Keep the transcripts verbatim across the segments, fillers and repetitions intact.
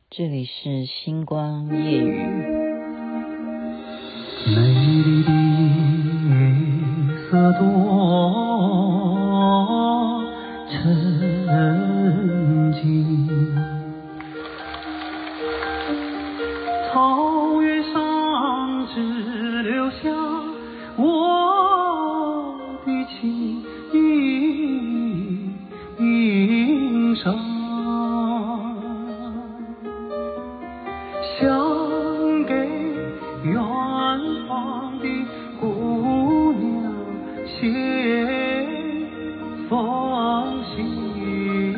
这里是星光夜雨。 美丽的夜色多沉静，草原上只留下我的情伤，想给远方的姑娘写封信，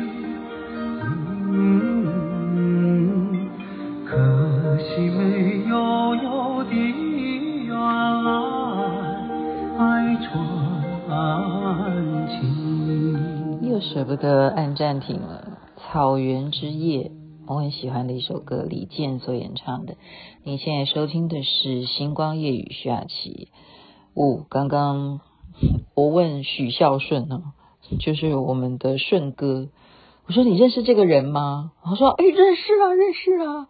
嗯，可惜没有有的缘来爱传情， 又舍不得按暂停了。草原之夜，我很喜欢的一首歌，李健所演唱的。你现在收听的是星光夜雨，徐雅琪。哦，刚刚我问许孝顺呢，就是我们的顺哥，我说你认识这个人吗？他说哎，认识啊，认识啊。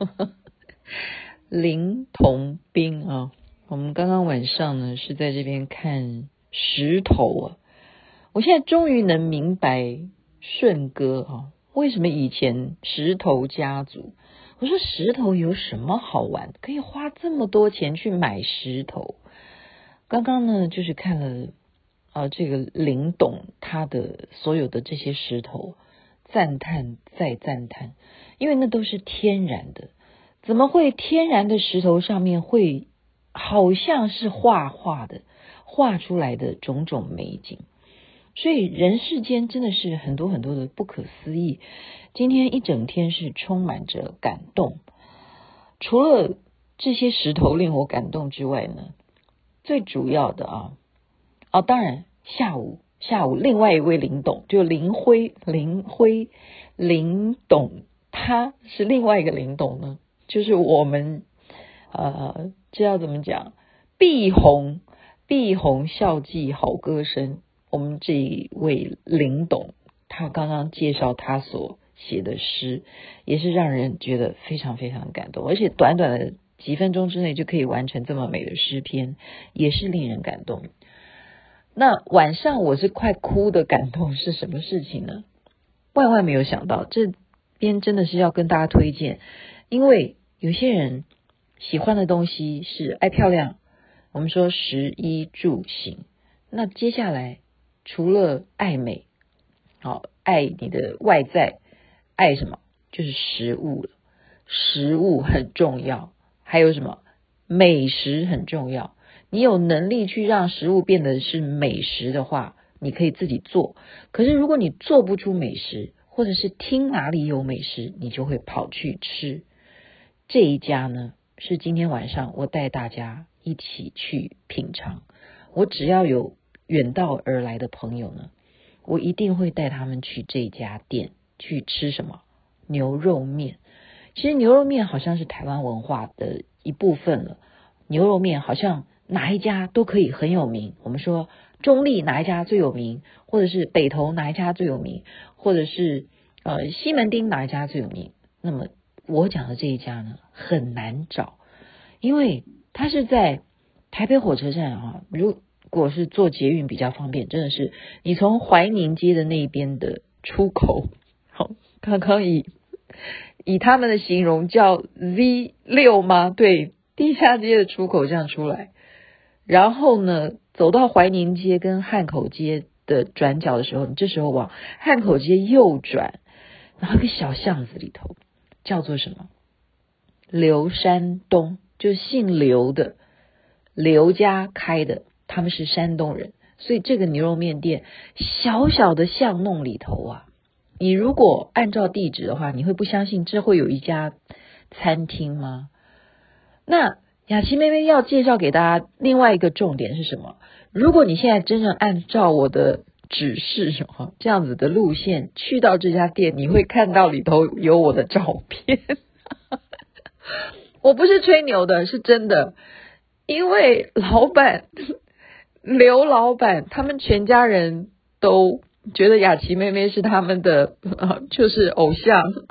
林同斌啊，我们刚刚晚上呢是在这边看石头啊。我现在终于能明白顺哥啊，为什么以前石头家族，我说石头有什么好玩，可以花这么多钱去买石头。刚刚呢就是看了啊这个林董他的所有的这些石头，赞叹再赞叹，因为那都是天然的，怎么会天然的石头上面会好像是画画的，画出来的种种美景。所以人世间真的是很多很多的不可思议。今天一整天是充满着感动，除了这些石头令我感动之外呢，最主要的啊，哦，当然下午下午另外一位林董，就林辉林辉林董，他是另外一个林董呢，就是我们呃这要怎么讲，碧红碧红校际好歌声。我们这一位林董，他刚刚介绍他所写的诗，也是让人觉得非常非常感动，而且短短的几分钟之内就可以完成这么美的诗篇，也是令人感动。那晚上我是快哭的感动是什么事情呢？万万没有想到，这边真的是要跟大家推荐，因为有些人喜欢的东西是爱漂亮，我们说食衣住行，那接下来除了爱美，好，爱你的外在，爱什么？就是食物了。食物很重要，还有什么？美食很重要。你有能力去让食物变得是美食的话，你可以自己做。可是如果你做不出美食，或者是听哪里有美食，你就会跑去吃。这一家呢，是今天晚上我带大家一起去品尝。我只要有远道而来的朋友呢，我一定会带他们去这家店去吃什么？牛肉面。其实牛肉面好像是台湾文化的一部分了，牛肉面好像哪一家都可以很有名。我们说中立哪一家最有名，或者是北投哪一家最有名，或者是呃西门町哪一家最有名。那么我讲的这一家呢，很难找，因为它是在台北火车站啊，如果是坐捷运比较方便，真的是你从怀宁街的那边的出口，好，刚刚以以他们的形容叫 Z 六 吗？对，地下街的出口这样出来，然后呢走到怀宁街跟汉口街的转角的时候，你这时候往汉口街右转，然后一个小巷子里头叫做什么？刘山东，就是姓刘的，刘家开的，他们是山东人，所以这个牛肉面店小小的巷弄里头啊，你如果按照地址的话，你会不相信这会有一家餐厅吗？那雅琪妹妹要介绍给大家另外一个重点是什么？如果你现在真正按照我的指示这样子的路线去到这家店，你会看到里头有我的照片。我不是吹牛的，是真的，因为老板刘老板他们全家人都觉得雅琪妹妹是他们的、呃、就是偶像，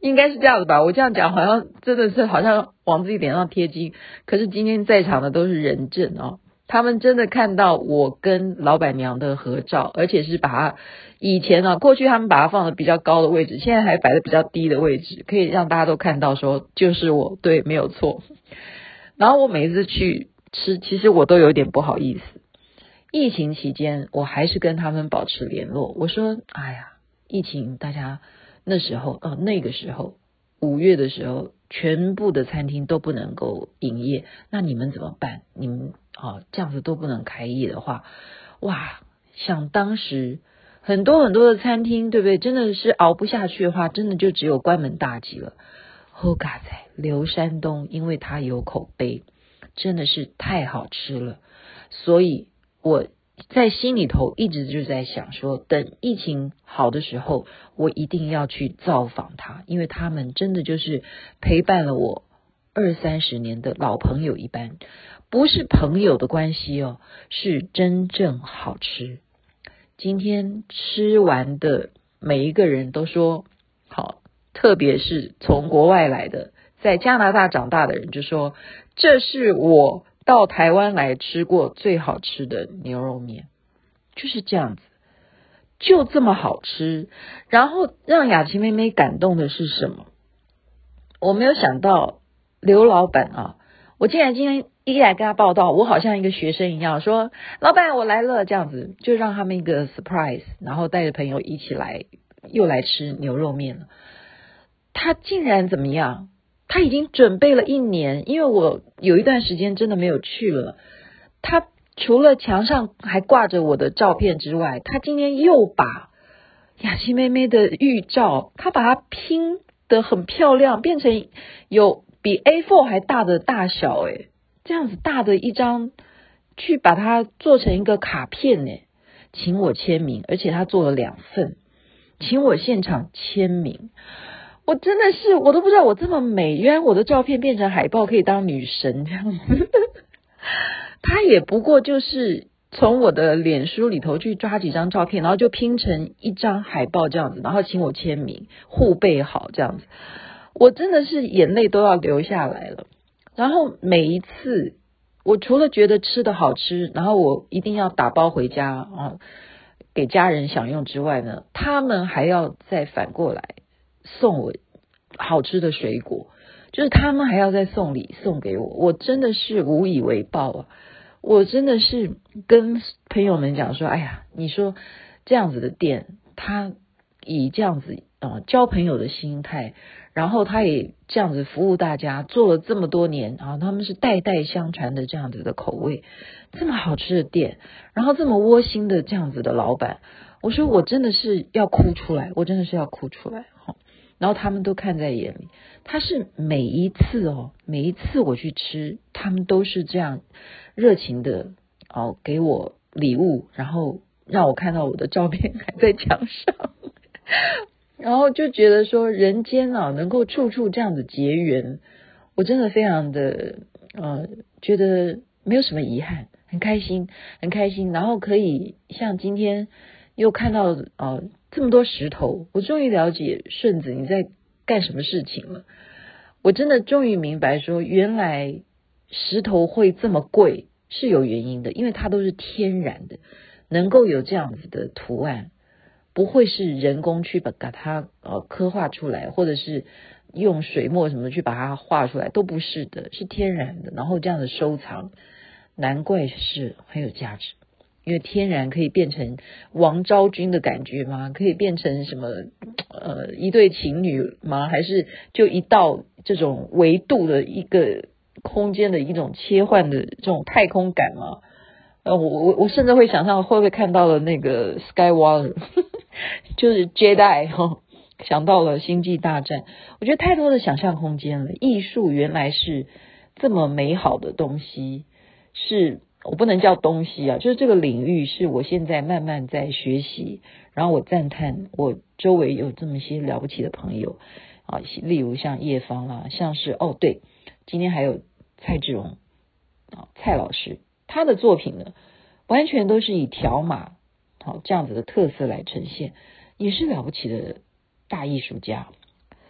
应该是这样子吧，我这样讲好像真的是好像往自己脸上贴金，可是今天在场的都是人证哦，他们真的看到我跟老板娘的合照，而且是把它以前啊，过去他们把它放的比较高的位置，现在还摆的比较低的位置，可以让大家都看到说就是我，对，没有错。然后我每一次去吃，其实我都有点不好意思。疫情期间我还是跟他们保持联络，我说哎呀，疫情大家那时候哦，那个时候五月的时候全部的餐厅都不能够营业，那你们怎么办？你们哦这样子都不能开业的话，哇，想当时很多很多的餐厅，对不对？真的是熬不下去的话，真的就只有关门大吉了。后嘎仔刘山东，因为它有口碑，真的是太好吃了，所以我在心里头一直就在想说，等疫情好的时候，我一定要去造访他，因为他们真的就是陪伴了我二三十年的老朋友一般，不是朋友的关系哦，是真正好吃。今天吃完的每一个人都说好，特别是从国外来的，在加拿大长大的人就说，这是我到台湾来吃过最好吃的牛肉面，就是这样子，就这么好吃。然后让雅琪妹妹感动的是什么？我没有想到刘老板啊，我竟然今天一来跟他报道，我好像一个学生一样说老板我来了，这样子就让他们一个 surprise， 然后带着朋友一起来又来吃牛肉面了。他竟然怎么样？他已经准备了一年，因为我有一段时间真的没有去了。他除了墙上还挂着我的照片之外，他今天又把雅琪妹妹的预照，他把它拼得很漂亮，变成有比 A 四 还大的大小，诶，这样子大的一张，去把它做成一个卡片，诶，请我签名，而且他做了两份，请我现场签名。我真的是，我都不知道我这么美，原来我的照片变成海报可以当女神这样子。他也不过就是从我的脸书里头去抓几张照片，然后就拼成一张海报这样子，然后请我签名，互备好这样子。我真的是眼泪都要流下来了。然后每一次，我除了觉得吃的好吃，然后我一定要打包回家啊，给家人享用之外呢，他们还要再反过来送我好吃的水果，就是他们还要再送礼送给我，我真的是无以为报啊！我真的是跟朋友们讲说，哎呀，你说这样子的店，他以这样子呃交朋友的心态，然后他也这样子服务大家，做了这么多年啊，他们是代代相传的这样子的口味，这么好吃的店，然后这么窝心的这样子的老板，我说我真的是要哭出来，我真的是要哭出来。然后他们都看在眼里，他是每一次哦，每一次我去吃，他们都是这样热情的哦，给我礼物，然后让我看到我的照片还在墙上，然后就觉得说人间啊，能够处处这样子结缘，我真的非常的呃，觉得没有什么遗憾，很开心，很开心。然后可以像今天又看到呃这么多石头，我终于了解顺子你在干什么事情了。我真的终于明白说，原来石头会这么贵是有原因的，因为它都是天然的，能够有这样子的图案，不会是人工去把把它呃刻画出来，或者是用水墨什么去把它画出来，都不是的，是天然的。然后这样的收藏，难怪是很有价值。因为天然可以变成王昭君的感觉吗？可以变成什么呃一对情侣吗？还是就一道这种维度的一个空间的一种切换的这种太空感吗？呃，我我我甚至会想象会不会看到了那个 Skywalker， 就是 Jedi 哈，想到了星际大战。我觉得太多的想象空间了。艺术原来是这么美好的东西，是。我不能叫东西啊，就是这个领域是我现在慢慢在学习，然后我赞叹我周围有这么些了不起的朋友啊，例如像叶芳啦，像是哦对，今天还有蔡志荣啊，蔡老师，他的作品呢，完全都是以条码好这样子的特色来呈现，也是了不起的大艺术家。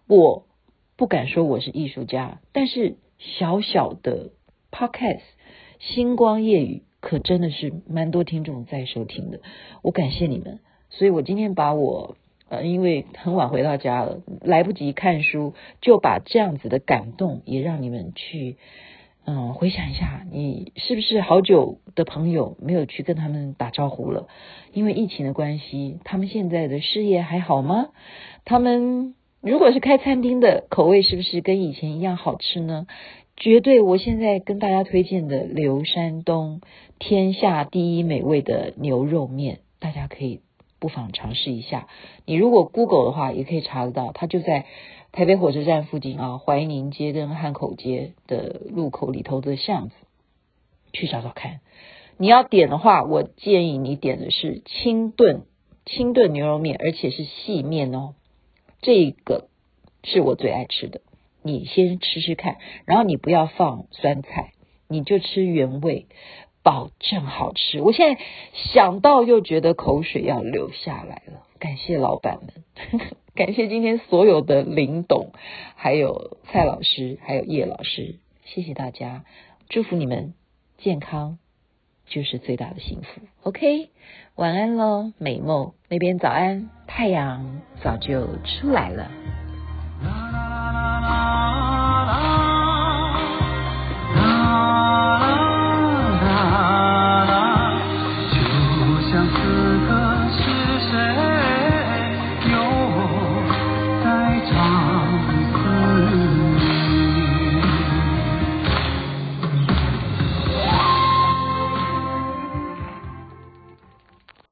我不敢说我是艺术家，但是小小的 podcast 星光夜语可真的是蛮多听众在收听的，我感谢你们。所以我今天把我呃，因为很晚回到家了，来不及看书，就把这样子的感动也让你们去嗯，回想一下，你是不是好久的朋友没有去跟他们打招呼了？因为疫情的关系，他们现在的事业还好吗？他们如果是开餐厅的，口味是不是跟以前一样好吃呢？绝对，我现在跟大家推荐的刘山东天下第一美味的牛肉面，大家可以不妨尝试一下。你如果 Google 的话，也可以查得到，它就在台北火车站附近啊，怀宁街跟汉口街的路口里头的巷子，去找找看。你要点的话，我建议你点的是清炖清炖牛肉面，而且是细面哦，这个是我最爱吃的。你先吃吃看，然后你不要放酸菜，你就吃原味，保证好吃。我现在想到又觉得口水要流下来了，感谢老板们感谢今天所有的林董，还有蔡老师，还有叶老师，谢谢大家，祝福你们健康就是最大的幸福。 OK， 晚安咯，美梦那边早安，太阳早就出来了。